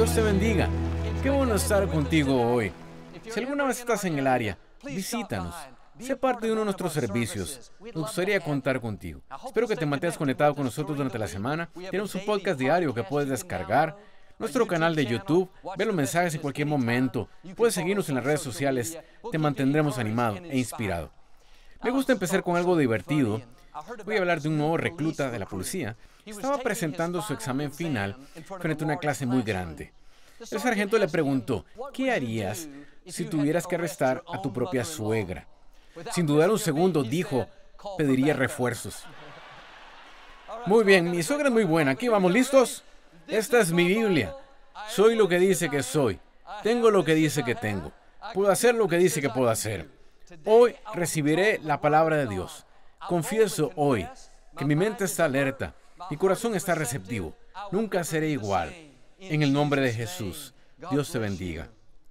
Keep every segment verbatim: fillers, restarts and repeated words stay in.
Dios te bendiga. Qué bueno estar contigo hoy. Si alguna vez estás en el área, visítanos. Sé parte de uno de nuestros servicios. Nos gustaría contar contigo. Espero que te mantengas conectado con nosotros durante la semana. Tenemos un podcast diario que puedes descargar. Nuestro canal de YouTube. Ve los mensajes en cualquier momento. Puedes seguirnos en las redes sociales. Te mantendremos animado e inspirado. Me gusta empezar con algo divertido. Voy a hablar de un nuevo recluta de la policía. Estaba presentando su examen final frente a una clase muy grande. El sargento le preguntó, ¿qué harías si tuvieras que arrestar a tu propia suegra? Sin dudar un segundo, dijo, pediría refuerzos. Muy bien, mi suegra es muy buena. ¿Aquí vamos listos? Esta es mi Biblia. Soy lo que dice que soy. Tengo lo que dice que tengo. Puedo hacer lo que dice que puedo hacer. Hoy recibiré la palabra de Dios. Confieso hoy que mi mente está alerta. Mi corazón está receptivo. Nunca seré igual. En el nombre de Jesús, Dios te bendiga.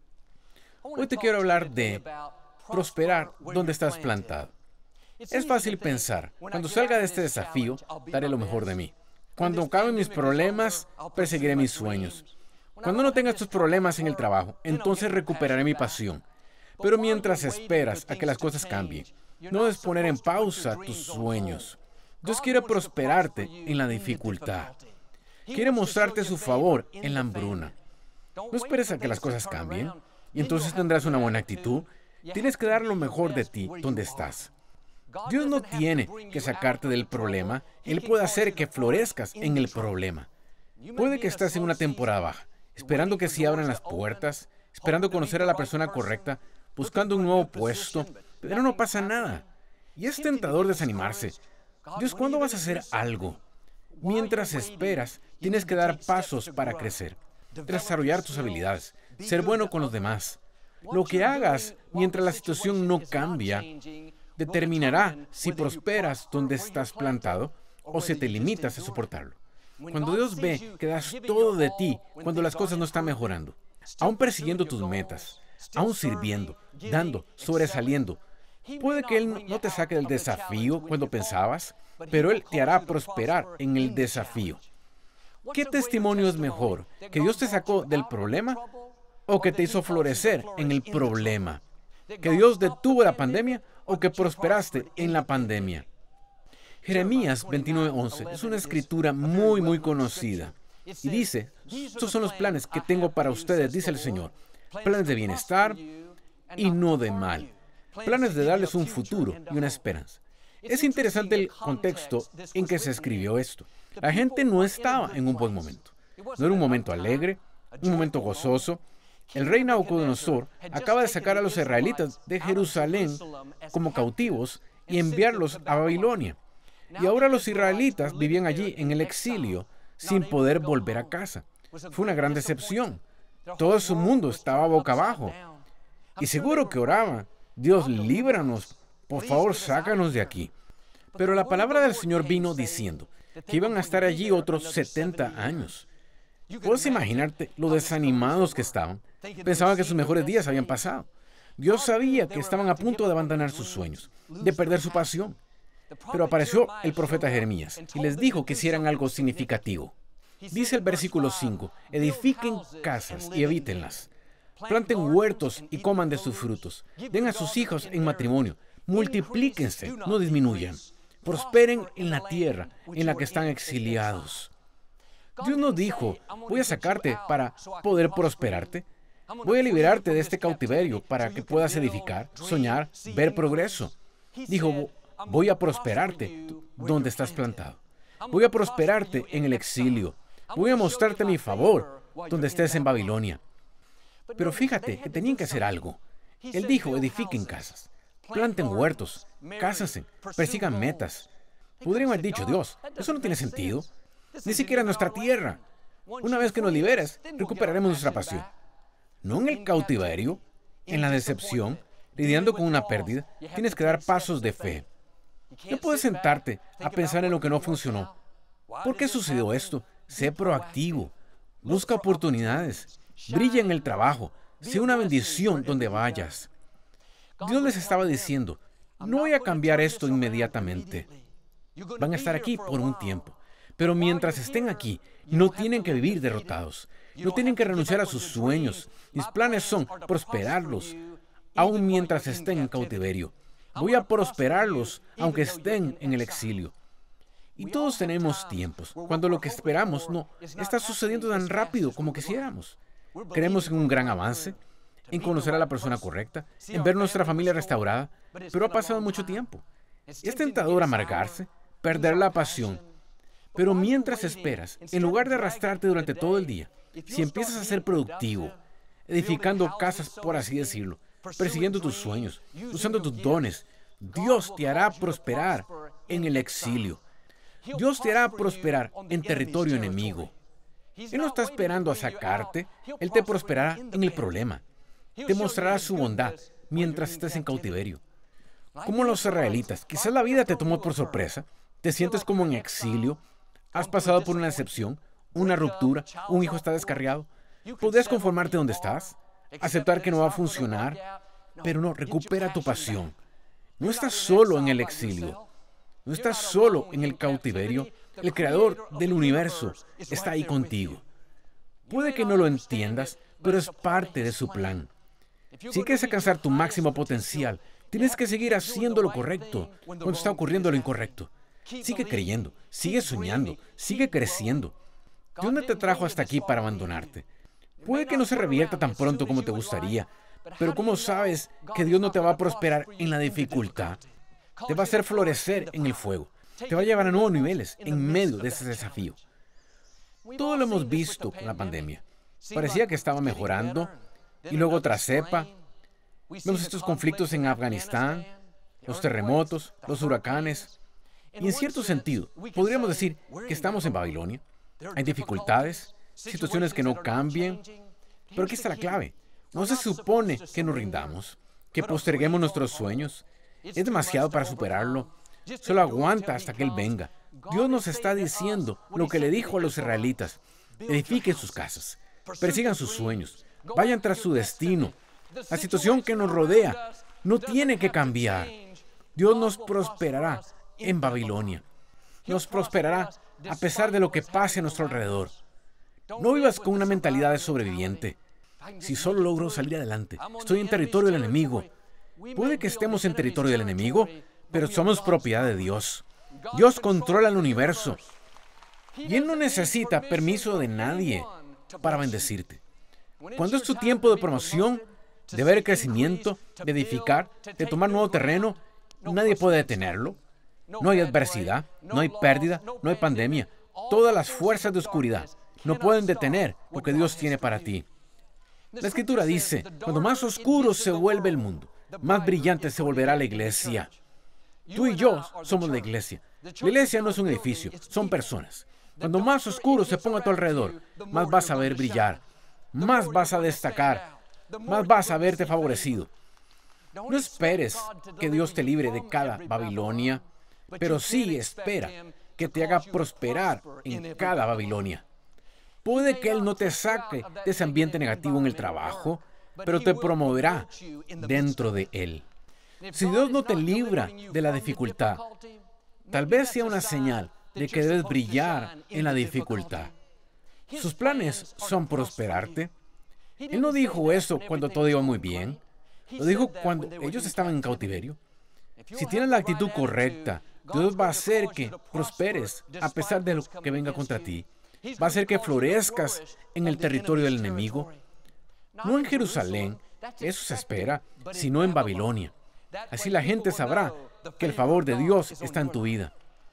Hoy te quiero hablar de prosperar donde estás plantado. Es fácil pensar, cuando salga de este desafío, daré lo mejor de mí. Cuando acaben mis problemas, perseguiré mis sueños. Cuando no tenga estos problemas en el trabajo, entonces recuperaré mi pasión. Pero mientras esperas a que las cosas cambien, no debes poner en pausa tus sueños. Dios quiere prosperarte en la dificultad. Quiere mostrarte su favor en la hambruna. No esperes a que las cosas cambien y entonces tendrás una buena actitud. Tienes que dar lo mejor de ti donde estás. Dios no tiene que sacarte del problema. Él puede hacer que florezcas en el problema. Puede que estés en una temporada baja, esperando que se abran las puertas, esperando conocer a la persona correcta, buscando un nuevo puesto, pero no pasa nada. Y es tentador desanimarse. Dios, ¿cuándo vas a hacer algo? Mientras esperas, tienes que dar pasos para crecer, desarrollar tus habilidades, ser bueno con los demás. Lo que hagas mientras la situación no cambia determinará si prosperas donde estás plantado o si te limitas a soportarlo. Cuando Dios ve que das todo de ti cuando las cosas no están mejorando, aún persiguiendo tus metas, aún sirviendo, dando, sobresaliendo, puede que Él no te saque del desafío cuando pensabas, pero Él te hará prosperar en el desafío. ¿Qué testimonio es mejor? ¿Que Dios te sacó del problema o que te hizo florecer en el problema? ¿Que Dios detuvo la pandemia o que prosperaste en la pandemia? Jeremías veintinueve once es una escritura muy, muy conocida. Y dice, estos son los planes que tengo para ustedes, dice el Señor. Planes de bienestar y no de mal. Planes de darles un futuro y una esperanza. Es interesante el contexto en que se escribió esto. La gente no estaba en un buen momento. No era un momento alegre, un momento gozoso. El rey Nabucodonosor acaba de sacar a los israelitas de Jerusalén como cautivos y enviarlos a Babilonia. Y ahora los israelitas vivían allí en el exilio sin poder volver a casa. Fue una gran decepción. Todo su mundo estaba boca abajo. Y seguro que oraban, Dios, líbranos, por favor, sácanos de aquí. Pero la palabra del Señor vino diciendo que iban a estar allí otros setenta años. ¿Puedes imaginarte lo desanimados que estaban? Pensaban que sus mejores días habían pasado. Dios sabía que estaban a punto de abandonar sus sueños, de perder su pasión. Pero apareció el profeta Jeremías y les dijo que hicieran algo significativo. Dice el versículo cinco, edifiquen casas y habítenlas. Planten huertos y coman de sus frutos. Den a sus hijos en matrimonio. Multiplíquense, no disminuyan. Prosperen en la tierra en la que están exiliados. Dios nos dijo, voy a sacarte para poder prosperarte. Voy a liberarte de este cautiverio para que puedas edificar, soñar, ver progreso. Dijo, voy a prosperarte donde estás plantado. Voy a prosperarte en el exilio. Voy a mostrarte mi favor donde estés en Babilonia. Pero fíjate que tenían que hacer algo. Él dijo, edifiquen casas, planten huertos, cásense, persigan metas. Podrían haber dicho, Dios, eso no tiene sentido. Ni siquiera en nuestra tierra. Una vez que nos liberes, recuperaremos nuestra pasión. No en el cautiverio, en la decepción, lidiando con una pérdida, tienes que dar pasos de fe. No puedes sentarte a pensar en lo que no funcionó. ¿Por qué sucedió esto? Sé proactivo. Busca oportunidades. Brilla en el trabajo. Sé una bendición donde vayas. Dios les estaba diciendo, no voy a cambiar esto inmediatamente. Van a estar aquí por un tiempo. Pero mientras estén aquí, no tienen que vivir derrotados. No tienen que renunciar a sus sueños. Mis planes son prosperarlos, aun mientras estén en cautiverio. Voy a prosperarlos, aunque estén en el exilio. Y todos tenemos tiempos, cuando lo que esperamos no está sucediendo tan rápido como quisiéramos. Creemos en un gran avance, en conocer a la persona correcta, en ver nuestra familia restaurada, pero ha pasado mucho tiempo. Es tentador amargarse, perder la pasión. Pero mientras esperas, en lugar de arrastrarte durante todo el día, si empiezas a ser productivo, edificando casas, por así decirlo, persiguiendo tus sueños, usando tus dones, Dios te hará prosperar en el exilio. Dios te hará prosperar en territorio enemigo. Él no está esperando a sacarte, Él te prosperará en el problema. Te mostrará su bondad mientras estés en cautiverio. Como los israelitas, quizás la vida te tomó por sorpresa, te sientes como en exilio, has pasado por una decepción, una ruptura, un hijo está descarriado. Podrías conformarte donde estás, aceptar que no va a funcionar, pero no, recupera tu pasión. No estás solo en el exilio. No estás solo en el cautiverio. El Creador del universo está ahí contigo. Puede que no lo entiendas, pero es parte de su plan. Si quieres alcanzar tu máximo potencial, tienes que seguir haciendo lo correcto cuando está ocurriendo lo incorrecto. Sigue creyendo, sigue soñando, sigue creciendo. Dios no te trajo hasta aquí para abandonarte. Puede que no se revierta tan pronto como te gustaría, pero ¿cómo sabes que Dios no te va a prosperar en la dificultad? Te va a hacer florecer en el fuego. Te va a llevar a nuevos niveles en medio de ese desafío. Todo lo hemos visto con la pandemia. Parecía que estaba mejorando, y luego otra cepa. Vemos estos conflictos en Afganistán, los terremotos, los huracanes. Y en cierto sentido, podríamos decir que estamos en Babilonia. Hay dificultades, situaciones que no cambian. Pero aquí está la clave. No se supone que nos rindamos, que posterguemos nuestros sueños. Es demasiado para superarlo. Solo aguanta hasta que Él venga. Dios nos está diciendo lo que le dijo a los israelitas. Edifiquen sus casas, persigan sus sueños, vayan tras su destino. La situación que nos rodea no tiene que cambiar. Dios nos prosperará en Babilonia. Nos prosperará a pesar de lo que pase a nuestro alrededor. No vivas con una mentalidad de sobreviviente. Si solo logro salir adelante, estoy en territorio del enemigo. Puede que estemos en territorio del enemigo, pero somos propiedad de Dios. Dios controla el universo. Y Él no necesita permiso de nadie para bendecirte. Cuando es tu tiempo de promoción, de ver crecimiento, de edificar, de tomar nuevo terreno, nadie puede detenerlo. No hay adversidad, no hay pérdida, no hay pandemia. Todas las fuerzas de oscuridad no pueden detener lo que Dios tiene para ti. La Escritura dice, cuando más oscuro se vuelve el mundo, más brillante se volverá la iglesia. Tú y yo somos la iglesia. La iglesia no es un edificio, son personas. Cuando más oscuro se ponga a tu alrededor, más vas a ver brillar, más vas a destacar, más vas a verte favorecido. No esperes que Dios te libre de cada Babilonia, pero sí espera que te haga prosperar en cada Babilonia. Puede que Él no te saque de ese ambiente negativo en el trabajo, pero te promoverá dentro de Él. Si Dios no te libra de la dificultad, tal vez sea una señal de que debes brillar en la dificultad. Sus planes son prosperarte. Él no dijo eso cuando todo iba muy bien. Lo dijo cuando ellos estaban en cautiverio. Si tienes la actitud correcta, Dios va a hacer que prosperes a pesar de lo que venga contra ti. Va a hacer que florezcas en el territorio del enemigo. No en Jerusalén, eso se espera, sino en Babilonia. Así la gente sabrá que el favor de Dios está en tu vida.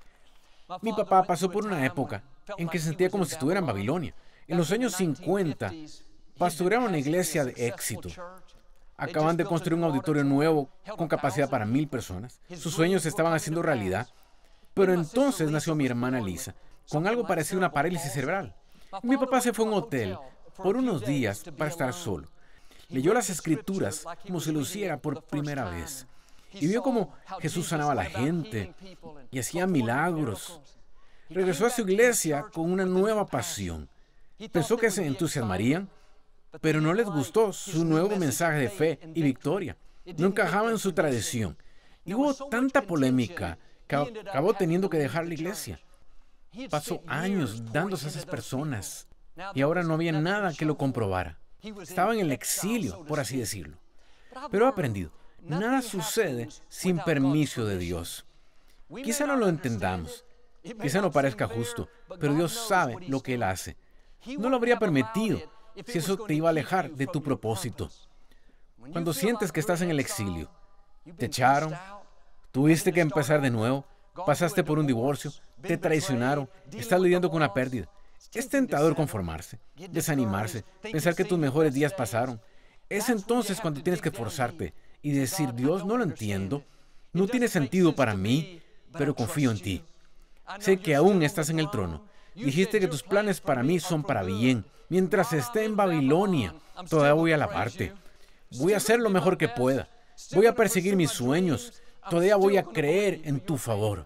Mi papá pasó por una época en que se sentía como si estuviera en Babilonia. En los años cincuenta, pastoreaban una iglesia de éxito. Acaban de construir un auditorio nuevo con capacidad para mil personas. Sus sueños se estaban haciendo realidad. Pero entonces nació mi hermana Lisa, con algo parecido a una parálisis cerebral. Mi papá se fue a un hotel por unos días para estar solo. Leyó las Escrituras como si lo hiciera por primera vez. Y vio cómo Jesús sanaba a la gente y hacía milagros. Regresó a su iglesia con una nueva pasión. Pensó que se entusiasmarían, pero no les gustó su nuevo mensaje de fe y victoria. No encajaba en su tradición. Y hubo tanta polémica que acabó teniendo que dejar la iglesia. Pasó años dándose a esas personas. y ahora no había nada que lo comprobara. Estaba en el exilio, por así decirlo. Pero he aprendido, nada sucede sin permiso de Dios. Quizá no lo entendamos, quizá no parezca justo, pero Dios sabe lo que Él hace. No lo habría permitido si eso te iba a alejar de tu propósito. Cuando sientes que estás en el exilio, te echaron, tuviste que empezar de nuevo, pasaste por un divorcio, te traicionaron, estás lidiando con una pérdida. Es tentador conformarse, desanimarse, pensar que tus mejores días pasaron. Es entonces cuando tienes que forzarte y decir, Dios, no lo entiendo, no tiene sentido para mí, pero confío en ti. Sé que aún estás en el trono. Dijiste que tus planes para mí son para bien. Mientras esté en Babilonia, todavía voy a alabarte. Voy a hacer lo mejor que pueda. Voy a perseguir mis sueños. Todavía voy a creer en tu favor.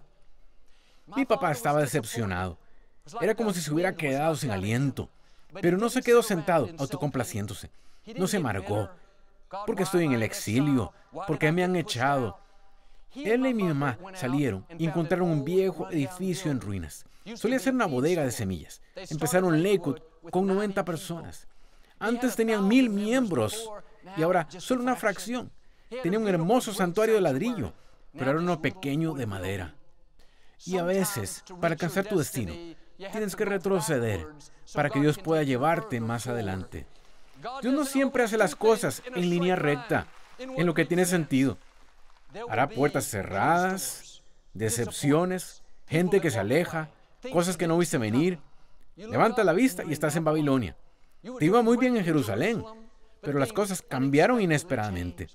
Mi papá estaba decepcionado. Era como si se hubiera quedado sin aliento. Pero no se quedó sentado, autocomplaciéndose. No se amargó. Porque estoy en el exilio. Porque me han echado. Él y mi mamá salieron y encontraron un viejo edificio en ruinas. Solía ser una bodega de semillas. Empezaron Lakewood con noventa personas. Antes tenían mil miembros y ahora solo una fracción. Tenía un hermoso santuario de ladrillo, pero era uno pequeño de madera. Y a veces, para alcanzar tu destino, tienes que retroceder para que Dios pueda llevarte más adelante. Dios no siempre hace las cosas en línea recta, en lo que tiene sentido. Hará puertas cerradas, decepciones, gente que se aleja, cosas que no viste venir. Levanta la vista y estás en Babilonia. Te iba muy bien en Jerusalén, pero las cosas cambiaron inesperadamente.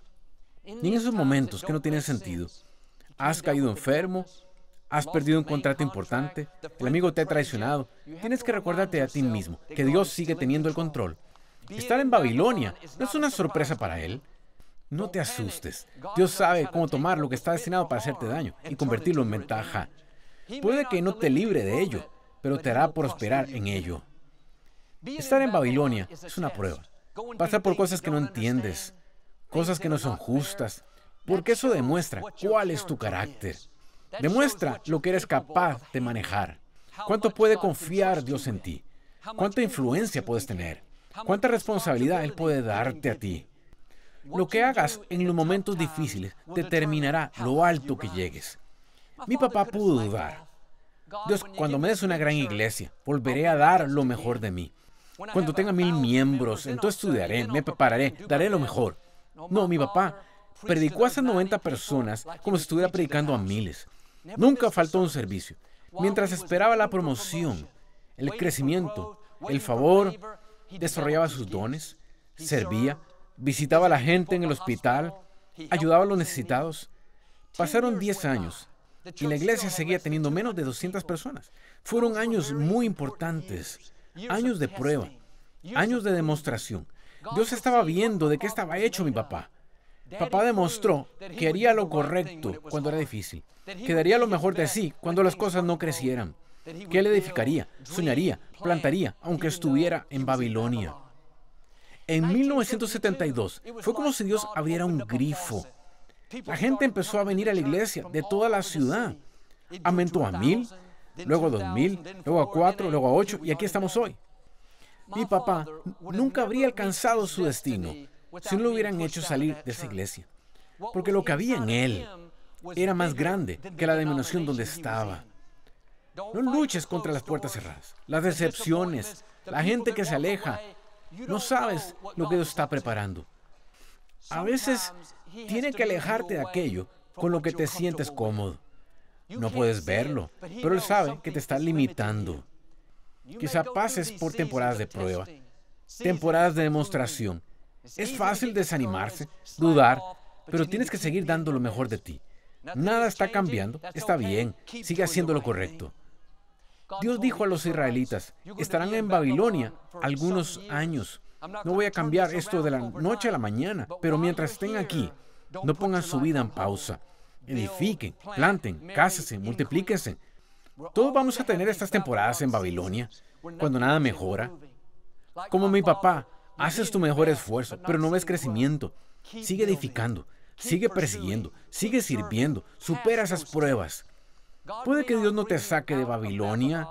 Y en esos momentos que no tienen sentido, has caído enfermo, has perdido un contrato importante, el amigo te ha traicionado, tienes que recordarte a ti mismo que Dios sigue teniendo el control. Estar en Babilonia no es una sorpresa para Él. No te asustes. Dios sabe cómo tomar lo que está destinado para hacerte daño y convertirlo en ventaja. Puede que no te libre de ello, pero te hará prosperar en ello. Estar en Babilonia es una prueba. Pasar por cosas que no entiendes, cosas que no son justas, porque eso demuestra cuál es tu carácter. Demuestra lo que eres capaz de manejar. ¿Cuánto puede confiar Dios en ti? ¿Cuánta influencia puedes tener? ¿Cuánta responsabilidad Él puede darte a ti? Lo que hagas en los momentos difíciles determinará lo alto que llegues. Mi papá pudo dudar. Dios, cuando me des una gran iglesia, volveré a dar lo mejor de mí. Cuando tenga mil miembros, entonces estudiaré, me prepararé, daré lo mejor. No, mi papá predicó a esas noventa personas como si estuviera predicando a miles. Nunca faltó un servicio. Mientras esperaba la promoción, el crecimiento, el favor, desarrollaba sus dones, servía, visitaba a la gente en el hospital, ayudaba a los necesitados. Pasaron diez años y la iglesia seguía teniendo menos de doscientas personas. Fueron años muy importantes, años de prueba, años de demostración. Dios estaba viendo de qué estaba hecho mi papá. Papá demostró que haría lo correcto cuando era difícil, que daría lo mejor de sí cuando las cosas no crecieran, que él edificaría, soñaría, plantaría, aunque estuviera en Babilonia. En mil novecientos setenta y dos fue como si Dios abriera un grifo. La gente empezó a venir a la iglesia de toda la ciudad. Aumentó a mil, luego a dos mil, luego a cuatro, luego a ocho, y aquí estamos hoy. Mi papá nunca habría alcanzado su destino si no lo hubieran hecho salir de esa iglesia, porque lo que había en él era más grande que la denominación donde estaba. No luches contra las puertas cerradas, las decepciones, la gente que se aleja. No sabes lo que Dios está preparando. A veces tiene que alejarte de aquello con lo que te sientes cómodo. No puedes verlo, pero Él sabe que te está limitando. Quizá pases por temporadas de prueba, temporadas de demostración. Es fácil desanimarse, dudar, pero tienes que seguir dando lo mejor de ti. Nada está cambiando, está bien, sigue haciendo lo correcto. Dios dijo a los israelitas, estarán en Babilonia algunos años. No voy a cambiar esto de la noche a la mañana, pero mientras estén aquí, no pongan su vida en pausa. Edifiquen, planten, cásense, multiplíquense. Todos vamos a tener estas temporadas en Babilonia, cuando nada mejora. Como mi papá, haces tu mejor esfuerzo, pero no ves crecimiento. Sigue edificando, sigue persiguiendo, sigue sirviendo, supera esas pruebas. Puede que Dios no te saque de Babilonia,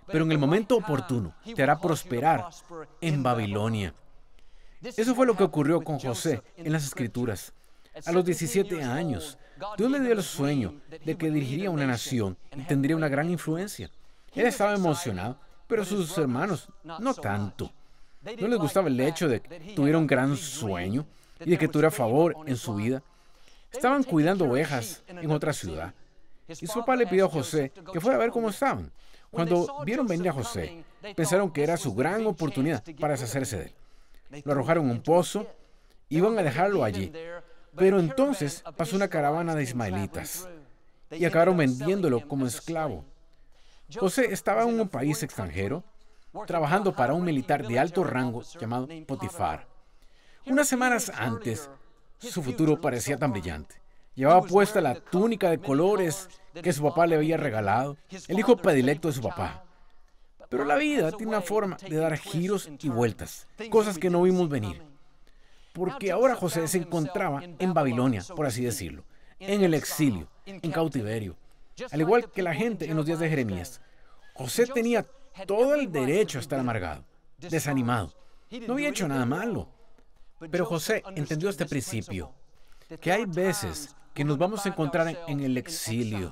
pero en el momento oportuno te hará prosperar en Babilonia. Eso fue lo que ocurrió con José en las Escrituras. A los diecisiete años, Dios le dio el sueño de que dirigiría una nación y tendría una gran influencia. Él estaba emocionado, pero sus hermanos no tanto. No les gustaba el hecho de que tuviera un gran sueño y de que tuviera favor en su vida. Estaban cuidando ovejas en otra ciudad. Y su papá le pidió a José que fuera a ver cómo estaban. Cuando vieron venir a José, pensaron que era su gran oportunidad para deshacerse de él. Lo arrojaron en un pozo, iban a dejarlo allí. Pero entonces pasó una caravana de ismaelitas y acabaron vendiéndolo como esclavo. José estaba en un país extranjero, trabajando para un militar de alto rango llamado Potifar. Unas semanas antes, su futuro parecía tan brillante. Llevaba puesta la túnica de colores que su papá le había regalado, el hijo predilecto de su papá. Pero la vida tiene una forma de dar giros y vueltas, cosas que no vimos venir. Porque ahora José se encontraba en Babilonia, por así decirlo, en el exilio, en cautiverio. Al igual que la gente en los días de Jeremías, José tenía todo el derecho a estar amargado, desanimado. No había hecho nada malo. Pero José entendió este principio, que hay veces que nos vamos a encontrar en, en el exilio.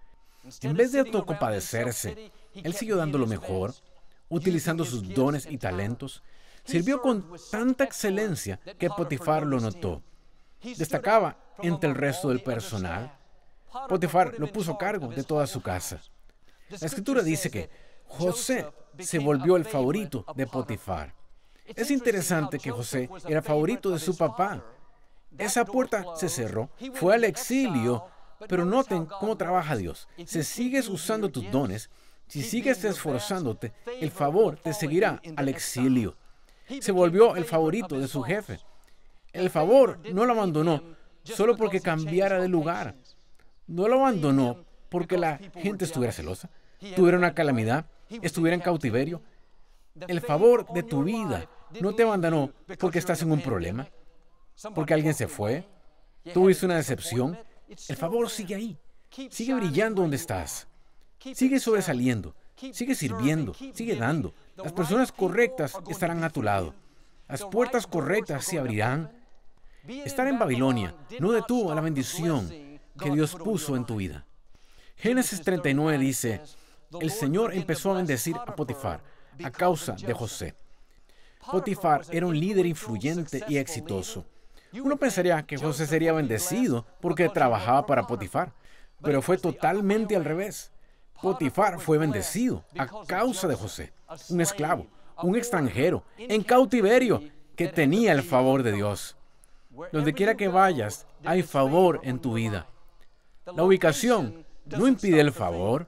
En vez de autocompadecerse, él siguió dando lo mejor, utilizando sus dones y talentos. Sirvió con tanta excelencia que Potifar lo notó. Destacaba entre el resto del personal. Potifar lo puso a cargo de toda su casa. La Escritura dice que José se volvió el favorito de Potifar. Es interesante que José era favorito de su papá. Esa puerta se cerró, fue al exilio, pero noten cómo trabaja Dios. Si sigues usando tus dones, si sigues esforzándote, el favor te seguirá al exilio. Se volvió el favorito de su jefe. El favor no lo abandonó solo porque cambiara de lugar. No lo abandonó porque la gente estuviera celosa, tuviera una calamidad, estuviera en cautiverio. El favor de tu vida no te abandonó porque estás en un problema, porque alguien se fue, tuviste una decepción. El favor sigue ahí, sigue brillando donde estás, sigue sobresaliendo, sigue sirviendo, sigue dando. Las personas correctas estarán a tu lado. Las puertas correctas se abrirán. Estar en Babilonia no detuvo a la bendición que Dios puso en tu vida. Génesis treinta y nueve dice, el Señor empezó a bendecir a Potifar a causa de José. Potifar era un líder influyente y exitoso. Uno pensaría que José sería bendecido porque trabajaba para Potifar, pero fue totalmente al revés. Potifar fue bendecido a causa de José, un esclavo, un extranjero, en cautiverio, que tenía el favor de Dios. Donde quiera que vayas, hay favor en tu vida. La ubicación no impide el favor.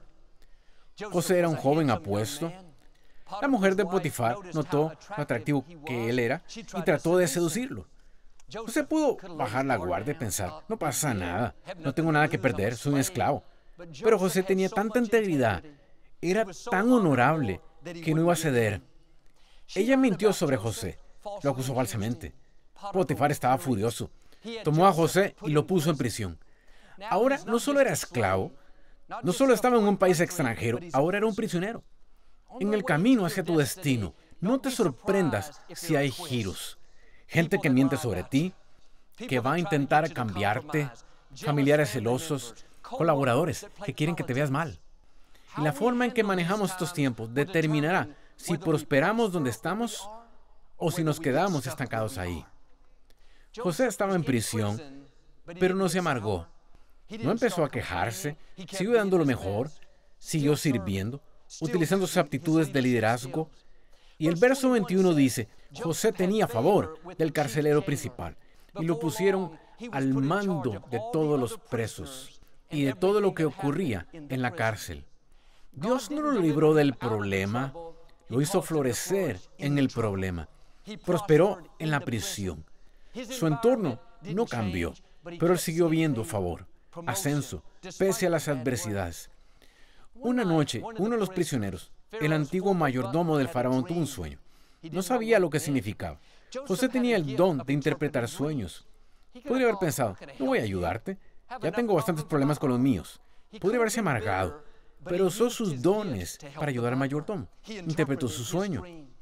José era un joven apuesto. La mujer de Potifar notó lo atractivo que él era y trató de seducirlo. José pudo bajar la guardia y pensar, no pasa nada, no tengo nada que perder, soy un esclavo. Pero José tenía tanta integridad, era tan honorable, que no iba a ceder. Ella mintió sobre José, lo acusó falsamente. Potifar estaba furioso. Tomó a José y lo puso en prisión. Ahora no solo era esclavo, no solo estaba en un país extranjero, ahora era un prisionero. En el camino hacia tu destino, no te sorprendas si hay giros. Gente que miente sobre ti, que va a intentar cambiarte, familiares celosos, colaboradores que quieren que te veas mal. Y la forma en que manejamos estos tiempos determinará si prosperamos donde estamos o si nos quedamos estancados ahí. José estaba en prisión, pero no se amargó. No empezó a quejarse, siguió dando lo mejor, siguió sirviendo, utilizando sus aptitudes de liderazgo. Y el verso veintiuno dice, José tenía favor del carcelero principal y lo pusieron al mando de todos los presos y de todo lo que ocurría en la cárcel. Dios no lo libró del problema, lo hizo florecer en el problema. Prosperó en la prisión. Su entorno no cambió, pero él siguió viendo favor, ascenso, pese a las adversidades. Una noche, uno de los prisioneros, el antiguo mayordomo del faraón, tuvo un sueño. No sabía lo que significaba. José tenía el don de interpretar sueños. Podría haber pensado, no voy a ayudarte. Ya tengo bastantes problemas con los míos. Podría haberse amargado. pero usó sus dones para ayudar al mayordomo. Interpretó su sueño.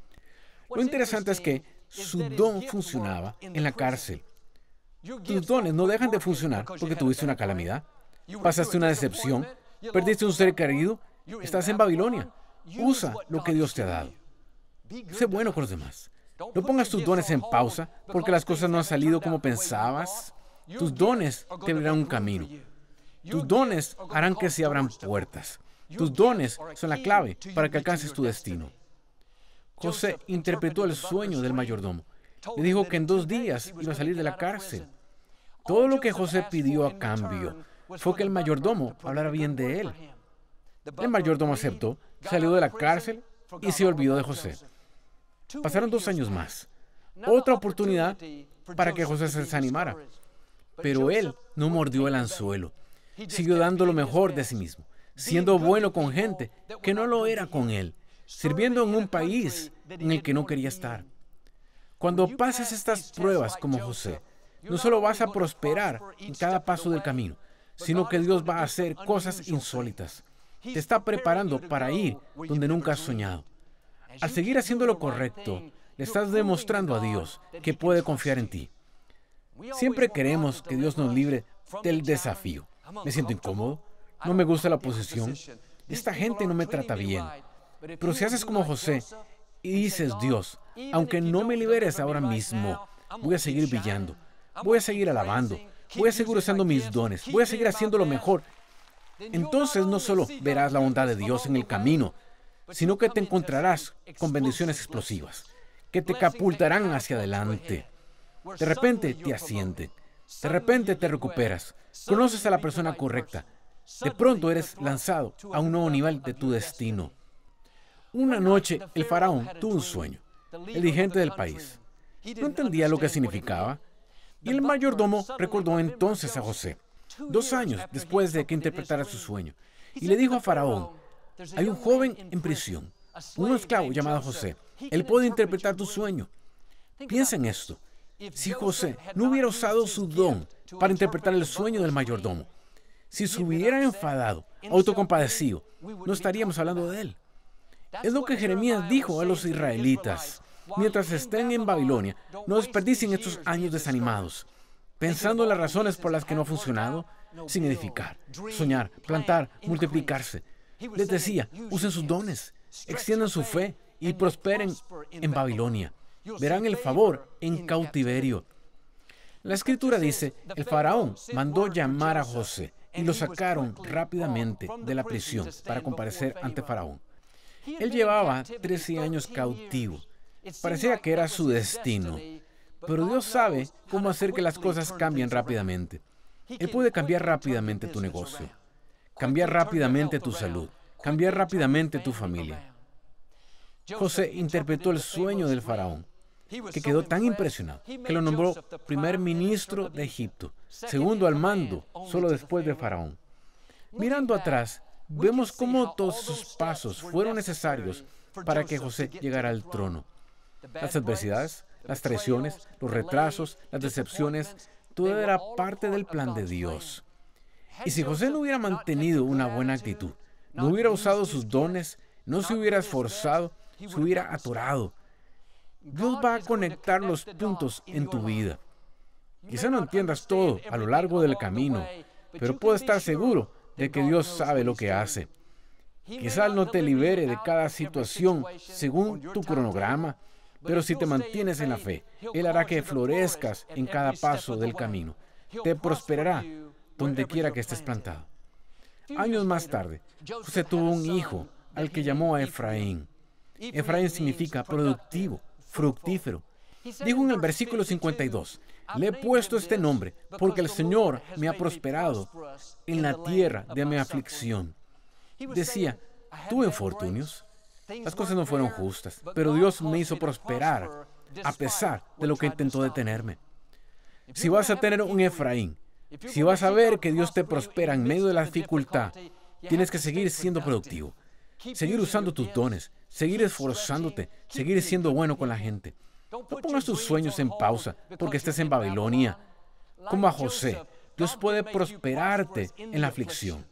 Lo interesante es que su don funcionaba en la cárcel. Tus dones no dejan de funcionar porque tuviste una calamidad, pasaste una decepción, perdiste un ser querido, estás en Babilonia. Usa lo que Dios te ha dado. Sé bueno con los demás. No pongas tus dones en pausa porque las cosas no han salido como pensabas. Tus dones te abrirán un camino. Tus dones harán que se abran puertas. Tus dones son la clave para que alcances tu destino. José interpretó el sueño del mayordomo. Le dijo que en dos días iba a salir de la cárcel. Todo lo que José pidió a cambio fue que el mayordomo hablara bien de él. El mayordomo aceptó, salió de la cárcel y se olvidó de José. Pasaron dos años más. Otra oportunidad para que José se desanimara. Pero él no mordió el anzuelo. Siguió dando lo mejor de sí mismo, siendo bueno con gente que no lo era con él, sirviendo en un país en el que no quería estar. Cuando pases estas pruebas como José, no solo vas a prosperar en cada paso del camino, sino que Dios va a hacer cosas insólitas. Te está preparando para ir donde nunca has soñado. Al seguir haciendo lo correcto, le estás demostrando a Dios que puede confiar en ti. Siempre queremos que Dios nos libre del desafío. Me siento incómodo, no me gusta la posición, esta gente no me trata bien. Pero si haces como José y dices, Dios, aunque no me liberes ahora mismo, voy a seguir brillando, voy a seguir alabando, voy a seguir usando mis dones, voy a seguir haciendo lo mejor. Entonces no solo verás la bondad de Dios en el camino, sino que te encontrarás con bendiciones explosivas, que te catapultarán hacia adelante. De repente te ascienden, de repente te recuperas, conoces a la persona correcta, de pronto eres lanzado a un nuevo nivel de tu destino. Una noche el faraón tuvo un sueño, el dirigente del país. No entendía lo que significaba, y el mayordomo recordó entonces a José, dos años después de que interpretara su sueño, y le dijo a Faraón, hay un joven en prisión, un esclavo llamado José. Él puede interpretar tu sueño. Piensa en esto. Si José no hubiera usado su don para interpretar el sueño del mayordomo, si se hubiera enfadado, autocompadecido, no estaríamos hablando de él. Es lo que Jeremías dijo a los israelitas. Mientras estén en Babilonia, no desperdicien estos años desanimados, pensando en las razones por las que no ha funcionado, sin edificar, soñar, plantar, multiplicarse. Les decía, usen sus dones, extiendan su fe y prosperen en Babilonia. Verán el favor en cautiverio. La Escritura dice, el faraón mandó llamar a José y lo sacaron rápidamente de la prisión para comparecer ante Faraón. Él llevaba trece años cautivo. Parecía que era su destino. Pero Dios sabe cómo hacer que las cosas cambien rápidamente. Él puede cambiar rápidamente tu negocio, cambiar rápidamente tu salud, cambiar rápidamente tu familia. José interpretó el sueño del faraón, que quedó tan impresionado que lo nombró primer ministro de Egipto, segundo al mando, solo después de Faraón. Mirando atrás, vemos cómo todos sus pasos fueron necesarios para que José llegara al trono. Las adversidades, las traiciones, los retrasos, las decepciones, todo era parte del plan de Dios. Y si José no hubiera mantenido una buena actitud, no hubiera usado sus dones, no se hubiera esforzado, se hubiera atorado. Dios va a conectar los puntos en tu vida. Quizá no entiendas todo a lo largo del camino, pero puedes estar seguro de que Dios sabe lo que hace. Quizá Él no te libere de cada situación según tu cronograma, pero si te mantienes en la fe, Él hará que florezcas en cada paso del camino. Te prosperará donde quiera que estés plantado. Años más tarde, José tuvo un hijo al que llamó a Efraín. Efraín significa productivo, fructífero. Dijo en el versículo cincuenta y dos, le he puesto este nombre porque el Señor me ha prosperado en la tierra de mi aflicción. Decía, tuve infortunios, las cosas no fueron justas, pero Dios me hizo prosperar a pesar de lo que intentó detenerme. Si vas a tener un Efraín, si vas a ver que Dios te prospera en medio de la dificultad, tienes que seguir siendo productivo, seguir usando tus dones, seguir esforzándote, seguir siendo bueno con la gente. No pongas tus sueños en pausa porque estés en Babilonia. Como a José, Dios puede prosperarte en la aflicción.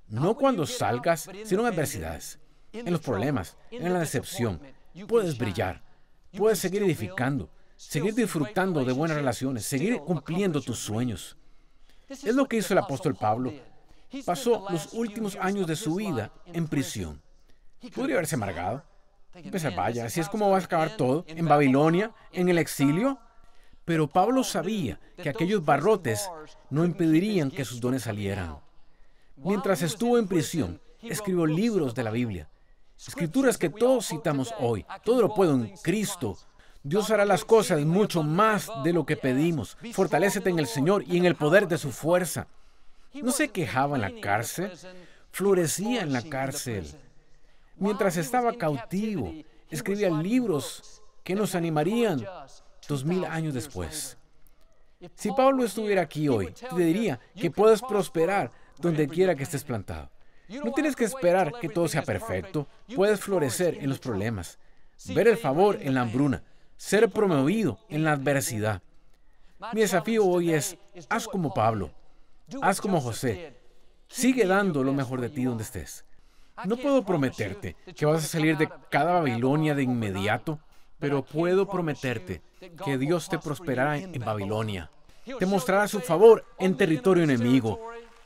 No cuando salgas, sino en adversidades, en los problemas, en la decepción. Puedes brillar, puedes seguir edificando, seguir disfrutando de buenas relaciones, seguir cumpliendo tus sueños. Es lo que hizo el apóstol Pablo. Pasó los últimos años de su vida en prisión. Podría haberse amargado. Pensar, vaya, así es como va a acabar todo, en Babilonia, en el exilio. Pero Pablo sabía que aquellos barrotes no impedirían que sus dones salieran. Mientras estuvo en prisión, escribió libros de la Biblia, escrituras que todos citamos hoy. Todo lo puedo en Cristo. Dios hará las cosas mucho más de lo que pedimos. Fortalécete en el Señor y en el poder de su fuerza. No se quejaba en la cárcel, florecía en la cárcel. Mientras estaba cautivo, escribía libros que nos animarían dos mil años después. Si Pablo estuviera aquí hoy, te diría que puedes prosperar donde quiera que estés plantado. No tienes que esperar que todo sea perfecto. Puedes florecer en los problemas, ver el favor en la hambruna, ser promovido en la adversidad. Mi desafío hoy es, haz como Pablo, haz como José. Sigue dando lo mejor de ti donde estés. No puedo prometerte que vas a salir de cada Babilonia de inmediato, pero puedo prometerte que Dios te prosperará en Babilonia. Te mostrará su favor en territorio enemigo.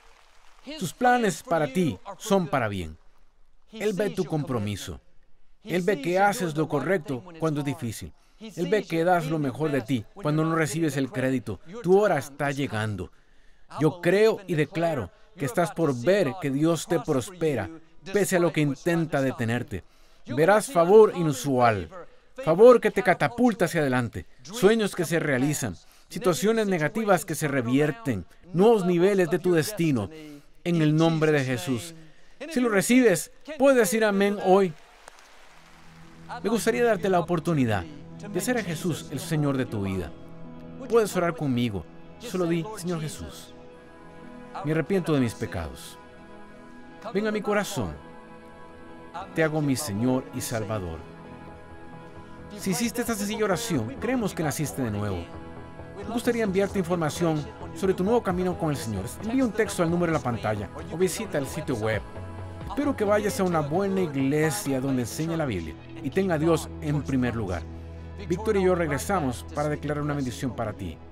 Sus planes para ti son para bien. Él ve tu compromiso. Él ve que haces lo correcto cuando es difícil. Él ve que das lo mejor de ti cuando no recibes el crédito. Tu hora está llegando. Yo creo y declaro que estás por ver que Dios te prospera, pese a lo que intenta detenerte. Verás favor inusual, favor que te catapulta hacia adelante, sueños que se realizan, situaciones negativas que se revierten, nuevos niveles de tu destino, en el nombre de Jesús. Si lo recibes, puedes decir amén hoy. Me gustaría darte la oportunidad de hacer a Jesús el Señor de tu vida. Puedes orar conmigo. Solo di, Señor Jesús, me arrepiento de mis pecados. Ven a mi corazón. Te hago mi Señor y Salvador. Si hiciste esta sencilla oración, creemos que naciste de nuevo. Me gustaría enviarte información sobre tu nuevo camino con el Señor. Envía un texto al número en la pantalla o visita el sitio web. Espero que vayas a una buena iglesia donde enseñe la Biblia y tenga a Dios en primer lugar. Víctor y yo regresamos para declarar una bendición para ti.